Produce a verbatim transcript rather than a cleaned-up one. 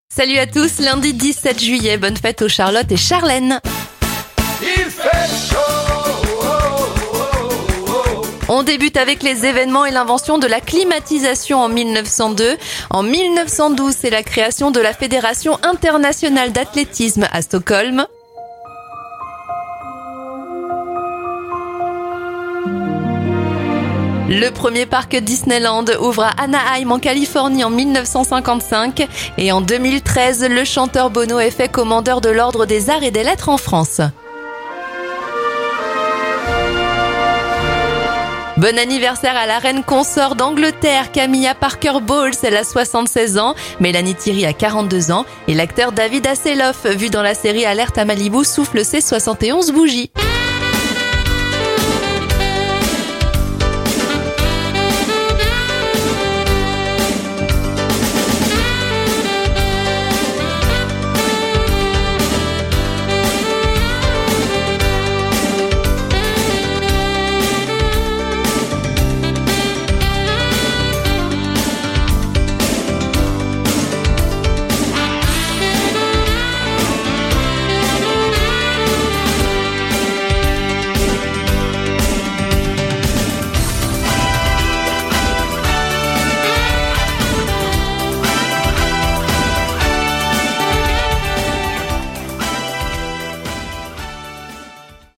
Salut à tous, lundi dix-sept juillet, bonne fête aux Charlotte et Charlène. Il fait chaud, oh, oh, oh. On débute avec les événements et l'invention de la climatisation en mille neuf cent deux. En mille neuf cent douze, c'est la création de la Fédération internationale d'athlétisme à Stockholm. Le premier parc Disneyland ouvre à Anaheim en Californie en mille neuf cent cinquante-cinq et en deux mille treize, le chanteur Bono est fait commandeur de l'Ordre des Arts et des Lettres en France. Bon anniversaire à la reine consort d'Angleterre, Camilla Parker Bowles, elle a soixante-seize ans, Mélanie Thierry a quarante-deux ans et l'acteur David Hasselhoff, vu dans la série Alerte à Malibu, souffle ses soixante et onze bougies.